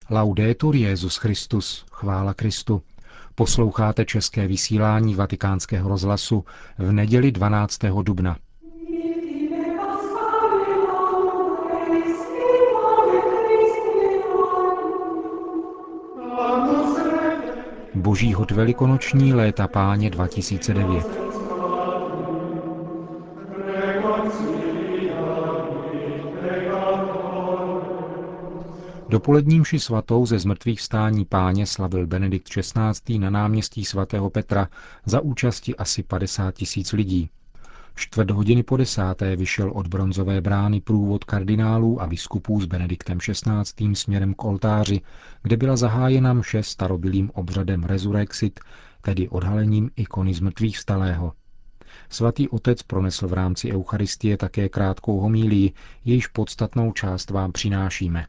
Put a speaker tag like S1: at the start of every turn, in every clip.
S1: Laudetur Jesus Christus, chvála Kristu. Posloucháte české vysílání Vatikánského rozhlasu v neděli 12. dubna. Boží hod velikonoční léta Páně 2009. Dopolední mši svatou ze zmrtvých vstání Páně slavil Benedikt XVI. Na náměstí svatého Petra za účasti asi 50 000 lidí. 9:15 vyšel od bronzové brány průvod kardinálů a biskupů s Benediktem XVI. Směrem k oltáři, kde byla zahájena mše starobylým obřadem Resurrexit, tedy odhalením ikony zmrtvých vstalého. Svatý otec pronesl v rámci Eucharistie také krátkou homílii, jejíž podstatnou část vám přinášíme.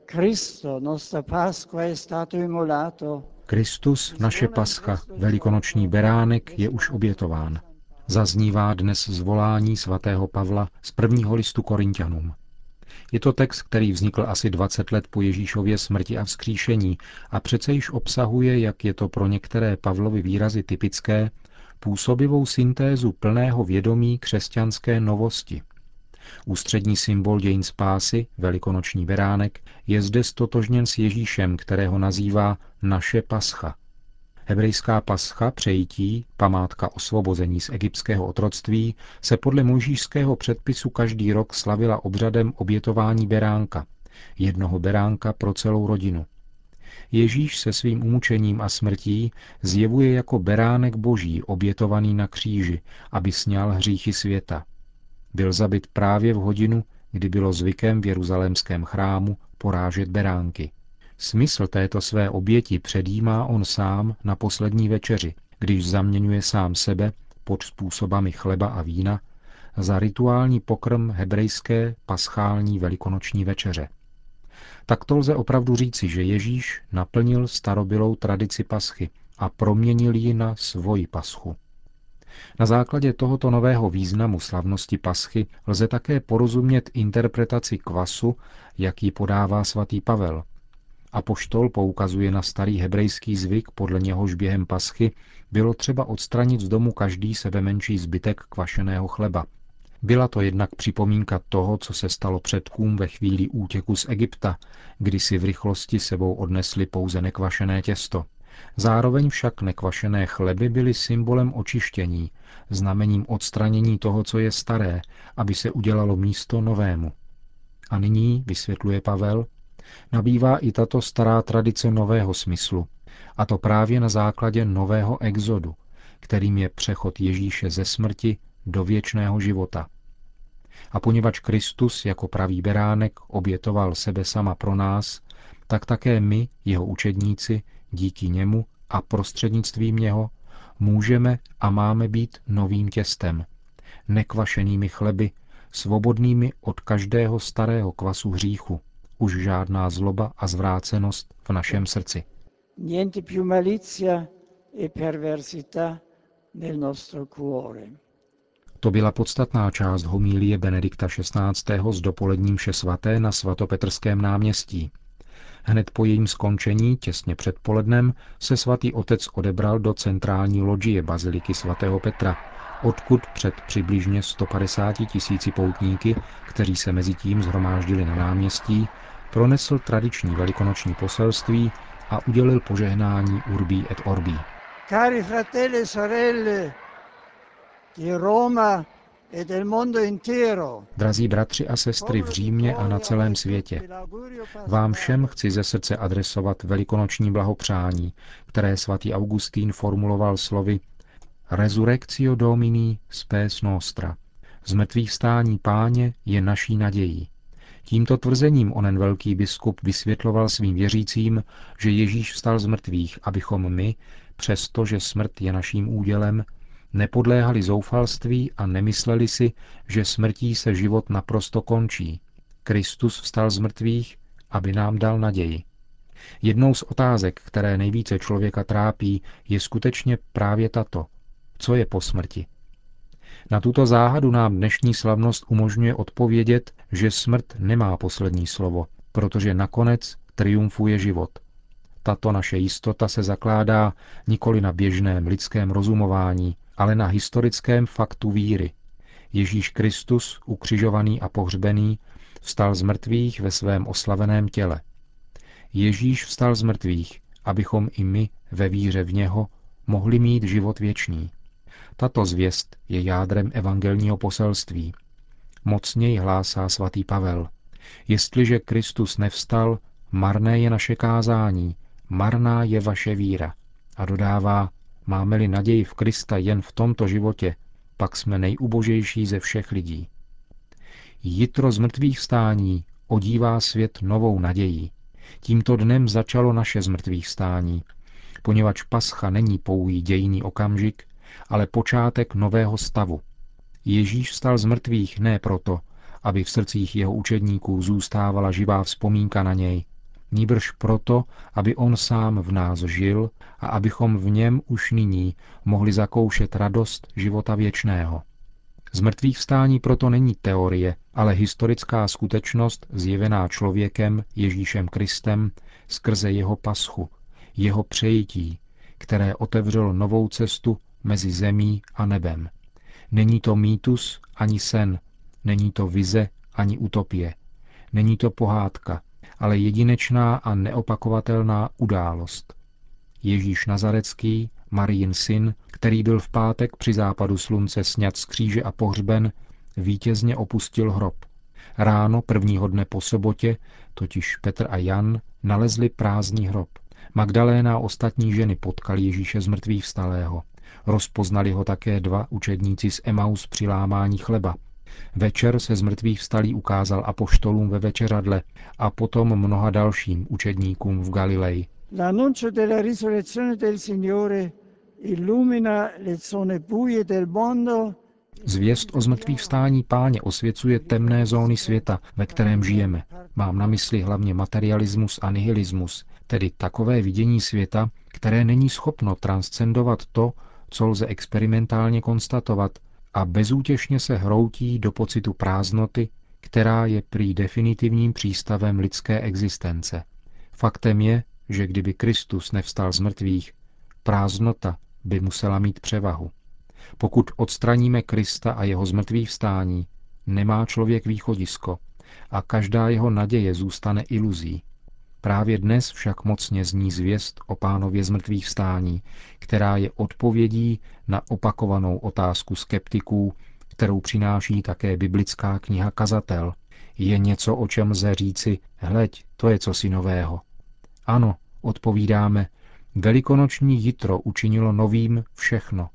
S1: Kristus, naše pascha, velikonoční beránek, je už obětován. Zaznívá dnes zvolání svatého Pavla z prvního listu Korinťanům. Je to text, který vznikl asi 20 let po Ježíšově smrti a vzkříšení a přece již obsahuje, jak je to pro některé Pavlovy výrazy typické, působivou syntézu plného vědomí křesťanské novosti. Ústřední symbol dějin spásy, velikonoční beránek, je zde stotožněn s Ježíšem, kterého nazývá naše pascha. Hebrejská pascha, přejítí, památka osvobození z egyptského otroctví, se podle mojžíšského předpisu každý rok slavila obřadem obětování beránka, jednoho beránka pro celou rodinu. Ježíš se svým umučením a smrtí zjevuje jako beránek boží obětovaný na kříži, aby sňal hříchy světa. Byl zabit právě v hodinu, kdy bylo zvykem v jeruzalémském chrámu porážet beránky. Smysl této své oběti předjímá on sám na poslední večeři, když zaměňuje sám sebe pod způsobami chleba a vína za rituální pokrm hebrejské paschální velikonoční večeře. Takto lze opravdu říci, že Ježíš naplnil starobylou tradici paschy a proměnil ji na svoji paschu. Na základě tohoto nového významu slavnosti paschy lze také porozumět interpretaci kvasu, jak ji podává svatý Pavel. Apoštol poukazuje na starý hebrejský zvyk, podle něhož během paschy bylo třeba odstranit z domu každý sebemenší zbytek kvašeného chleba. Byla to jednak připomínka toho, co se stalo předkům ve chvíli útěku z Egypta, kdy si v rychlosti sebou odnesli pouze nekvašené těsto. Zároveň však nekvašené chleby byly symbolem očištění, znamením odstranění toho, co je staré, aby se udělalo místo novému. A nyní, vysvětluje Pavel, nabývá i tato stará tradice nového smyslu, a to právě na základě nového exodu, kterým je přechod Ježíše ze smrti do věčného života. A poněvadž Kristus jako pravý beránek obětoval sebe sama pro nás, tak také my, jeho učedníci, díky němu a prostřednictvím něho můžeme a máme být novým těstem, nekvašenými chleby, svobodnými od každého starého kvasu hříchu, už žádná zloba a zvrácenost v našem srdci.
S2: Niente più malizia e perversità nel nostro cuore.
S1: To byla podstatná část homílie Benedikta XVI. Z dopolední mše svaté na svatopetrském náměstí. Hned po jejím skončení, těsně před polednem, se svatý otec odebral do centrální lodžie baziliky svatého Petra, odkud před přibližně 150 000 poutníky, kteří se mezi tím shromáždili na náměstí, pronesl tradiční velikonoční poselství a udělil požehnání Urbi et Orbi.
S2: Cari fratelli e sorelle di Roma e del mondo intero.
S1: Drazí bratři a sestry v Římě a na celém světě, vám všem chci ze srdce adresovat velikonoční blahopřání, které svatý Augustín formuloval slovy Resurrectio Domini spes nostra. Zmrtvých vstání Páně je naší nadějí. Tímto tvrzením onen velký biskup vysvětloval svým věřícím, že Ježíš vstal z mrtvých, abychom my, přestože smrt je naším údělem, nepodléhali zoufalství a nemysleli si, že smrtí se život naprosto končí. Kristus vstal z mrtvých, aby nám dal naději. Jednou z otázek, které nejvíce člověka trápí, je skutečně právě tato. Co je po smrti? Na tuto záhadu nám dnešní slavnost umožňuje odpovědět, že smrt nemá poslední slovo, protože nakonec triumfuje život. Tato naše jistota se zakládá nikoli na běžném lidském rozumování, ale na historickém faktu víry. Ježíš Kristus, ukřižovaný a pohřbený, vstal z mrtvých ve svém oslaveném těle. Ježíš vstal z mrtvých, abychom i my ve víře v něho mohli mít život věčný. Tato zvěst je jádrem evangelního poselství. Mocněji hlásá svatý Pavel. Jestliže Kristus nevstal, marné je naše kázání, marná je vaše víra. A dodává, máme-li naději v Krista jen v tomto životě, pak jsme nejubožejší ze všech lidí. Jitro z mrtvých vstání odívá svět novou nadějí. Tímto dnem začalo naše zmrtvých vstání, poněvadž Pascha není pouhý dějinný okamžik, ale počátek nového stavu. Ježíš vstal z mrtvých ne proto, aby v srdcích jeho učedníků zůstávala živá vzpomínka na něj, nýbrž proto, aby on sám v nás žil a abychom v něm už nyní mohli zakoušet radost života věčného. Zmrtvých vstání proto není teorie, ale historická skutečnost zjevená člověkem Ježíšem Kristem skrze jeho paschu, jeho přejití, které otevřelo novou cestu mezi zemí a nebem. Není to mýtus ani sen, není to vize ani utopie, není to pohádka, ale jedinečná a neopakovatelná událost. Ježíš Nazarecký, Marijin syn, který byl v pátek při západu slunce sňat z kříže a pohřben, vítězně opustil hrob. Ráno prvního dne po sobotě, totiž Petr a Jan, nalezli prázdný hrob. Magdaléna a ostatní ženy potkali Ježíše zmrtvých vstalého. Rozpoznali ho také dva učedníci z Emaus při lámání chleba. Večer se zmrtvých vstalý ukázal apoštolům ve večeřadle a potom mnoha dalším učedníkům v Galileji.
S2: L'annuncio della risurrezione del Signore illumina le zone buie del mondo.
S1: Zvěst o zmrtvých vstání Páně osvěcuje temné zóny světa, ve kterém žijeme. Mám na mysli hlavně materialismus a nihilismus, tedy takové vidění světa, které není schopno transcendovat to, co lze experimentálně konstatovat, a bezútěšně se hroutí do pocitu prázdnoty, která je prý definitivním přístavem lidské existence. Faktem je, že kdyby Kristus nevstal z mrtvých, prázdnota by musela mít převahu. Pokud odstraníme Krista a jeho zmrtvých vstání, nemá člověk východisko a každá jeho naděje zůstane iluzí. Právě dnes však mocně zní zvěst o Pánově zmrtvých vstání, která je odpovědí na opakovanou otázku skeptiků, kterou přináší také biblická kniha Kazatel. Je něco, o čem lze říci, hleď, to je cosi nového. Ano, odpovídáme, velikonoční jitro učinilo novým všechno.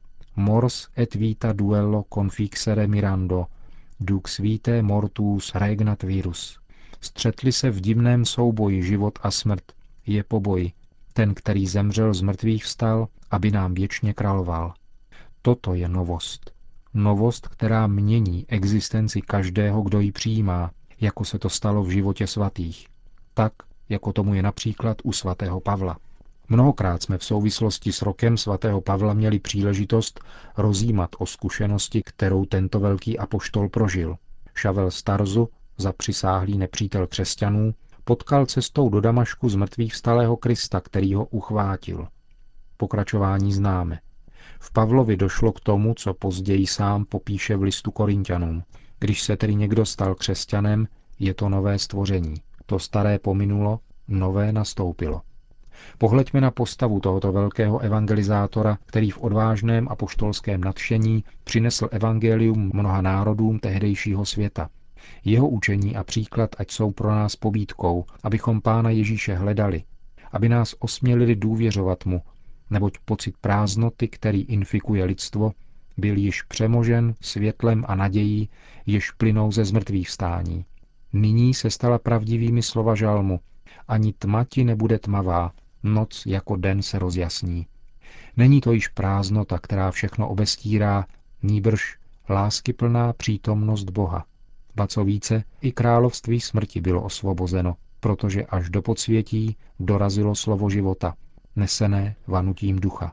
S1: Mors et vita duello confixere mirando, dux vitae mortuus regnat virus. Střetli se v divném souboji život a smrt, je po boji. Ten, který zemřel z mrtvých vstal, aby nám věčně královal. Toto je novost. Novost, která mění existenci každého, kdo ji přijímá, jako se to stalo v životě svatých. Tak, jako tomu je například u svatého Pavla. Mnohokrát jsme v souvislosti s rokem svatého Pavla měli příležitost rozjímat o zkušenosti, kterou tento velký apoštol prožil. Šavel z Tarzu, zapřisáhlý nepřítel křesťanů, potkal cestou do Damašku zmrtvých vstalého Krista, který ho uchvátil. Pokračování známe. V Pavlovi došlo k tomu, co později sám popíše v listu Korinťanům. Když se tedy někdo stal křesťanem, je to nové stvoření. To staré pominulo, nové nastoupilo. Pohleďme na postavu tohoto velkého evangelizátora, který v odvážném apoštolském nadšení přinesl evangelium mnoha národům tehdejšího světa. Jeho učení a příklad ať jsou pro nás pobídkou, abychom Pána Ježíše hledali, aby nás osmělili důvěřovat mu, neboť pocit prázdnoty, který infikuje lidstvo, byl již přemožen světlem a nadějí, jež plynou ze zmrtvých vstání. Nyní se stala pravdivými slova žalmu. Ani tma ti nebude tmavá, noc jako den se rozjasní. Není to již prázdnota, která všechno obestírá, nýbrž láskyplná přítomnost Boha. Ba co více, i království smrti bylo osvobozeno, protože až do podsvětí dorazilo slovo života, nesené vanutím ducha.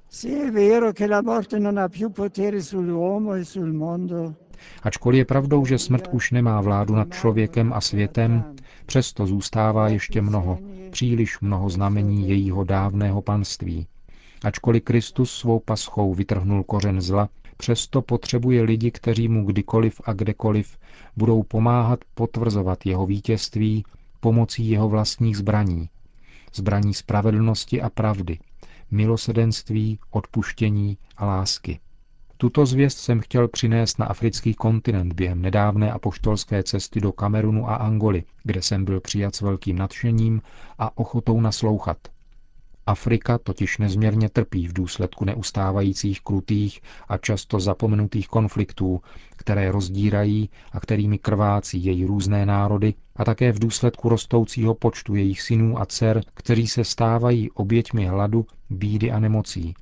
S1: Ačkoliv je pravdou, že smrt už nemá vládu nad člověkem a světem, Přesto zůstává ještě mnoho, příliš mnoho znamení jejího dávného panství. Ačkoliv Kristus svou paschou vytrhnul kořen zla, přesto potřebuje lidi, kteří mu kdykoliv a kdekoliv budou pomáhat potvrzovat jeho vítězství pomocí jeho vlastních zbraní spravedlnosti a pravdy, milosrdenství, odpuštění a lásky. Tuto zvěst jsem chtěl přinést na africký kontinent během nedávné apoštolské cesty do Kamerunu a Angoly, kde jsem byl přijat s velkým nadšením a ochotou naslouchat. Afrika totiž nezměrně trpí v důsledku neustávajících krutých a často zapomenutých konfliktů, které rozdírají a kterými krvácí její různé národy, a také v důsledku rostoucího počtu jejich synů a dcer, kteří se stávají oběťmi hladu, bídy a nemocí.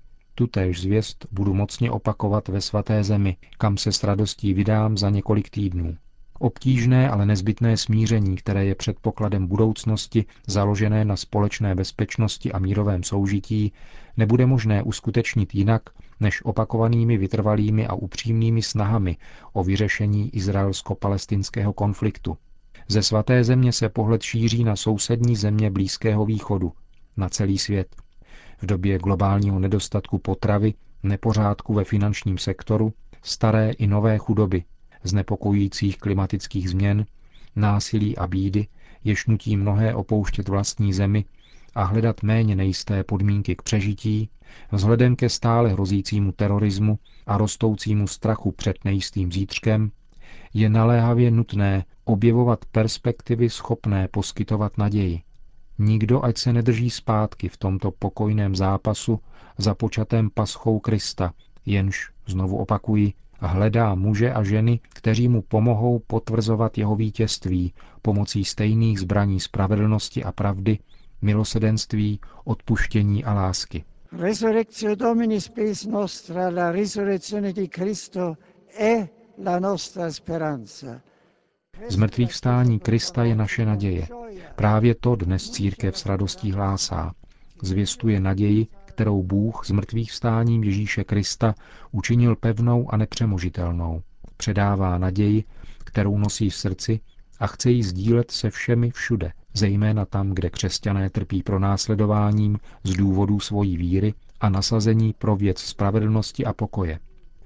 S1: Tutéž zvěst budu mocně opakovat ve Svaté zemi, kam se s radostí vydám za několik týdnů. Obtížné, ale nezbytné smíření, které je předpokladem budoucnosti založené na společné bezpečnosti a mírovém soužití, nebude možné uskutečnit jinak než opakovanými vytrvalými a upřímnými snahami o vyřešení izraelsko-palestinského konfliktu. Ze Svaté země se pohled šíří na sousední země Blízkého východu, na celý svět. V době globálního nedostatku potravy, nepořádku ve finančním sektoru, staré i nové chudoby, znepokojujících klimatických změn, násilí a bídy, jež nutí mnohé opouštět vlastní zemi a hledat méně nejisté podmínky k přežití, vzhledem ke stále hrozícímu terorismu a rostoucímu strachu před nejistým zítřkem, je naléhavě nutné objevovat perspektivy schopné poskytovat naději. Nikdo ať se nedrží zpátky v tomto pokojném zápasu započatém paschou Krista, jenž, znovu opakuji, hledá muže a ženy, kteří mu pomohou potvrzovat jeho vítězství pomocí stejných zbraní spravedlnosti a pravdy, milosrdenství, odpuštění a lásky.
S2: Resurrectio Domini spes nostra, la risurrezione di Cristo è la nostra speranza.
S1: Zmrtvých vstání Krista je naše naděje. Právě to dnes církev s radostí hlásá. Zvěstuje naději, kterou Bůh zmrtvých vstáním Ježíše Krista učinil pevnou a nepřemožitelnou. Předává naději, kterou nosí v srdci a chce ji sdílet se všemi všude, zejména tam, kde křesťané trpí pronásledováním z důvodů svojí víry a nasazení pro věc spravedlnosti a pokoje.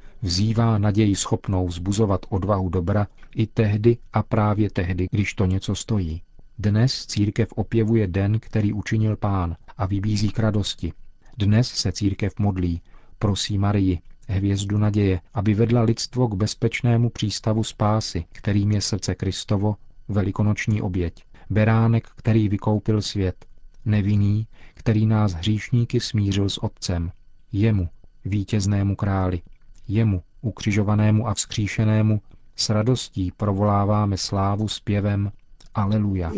S1: Vzývá naději schopnou vzbuzovat odvahu dobra i tehdy a právě tehdy, když to něco stojí. Dnes církev opěvuje den, který učinil Pán, a vybízí k radosti. Dnes se církev modlí, prosí Marii, hvězdu naděje, aby vedla lidstvo k bezpečnému přístavu spásy, kterým je srdce Kristovo, velikonoční oběť, beránek, který vykoupil svět, nevinný, který nás hříšníky smířil s Otcem, jemu, vítěznému králi. Jemu, ukřižovanému a vzkříšenému, s radostí provoláváme slávu zpěvem Aleluja.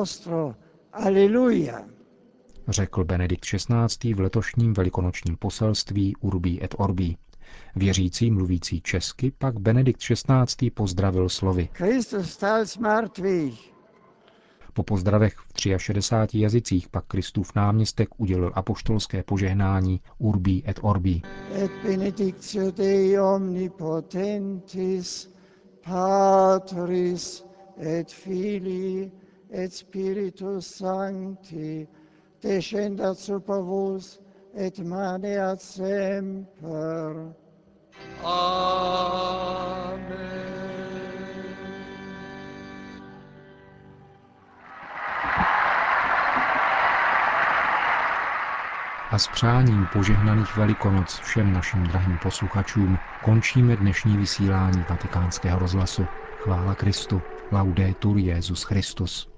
S1: Řekl Benedikt XVI. V letošním velikonočním poselství Urbi et Orbi. Věřící mluvící česky pak Benedikt XVI. Pozdravil slovy.
S2: Kristus vstal z mrtvých.
S1: Po pozdravech v 63 jazycích pak Kristův náměstek udělil apoštolské požehnání Urbi et Orbi.
S2: Et benedictio Dei omnipotentis, Patris et Filii et Spiritus Sancti, descendat super vos et maneat semper. Amen.
S1: A s přáním požehnaných Velikonoc všem našim drahým posluchačům končíme dnešní vysílání Vatikánského rozhlasu. Chvála Kristu. Laudetur Jesus Christus.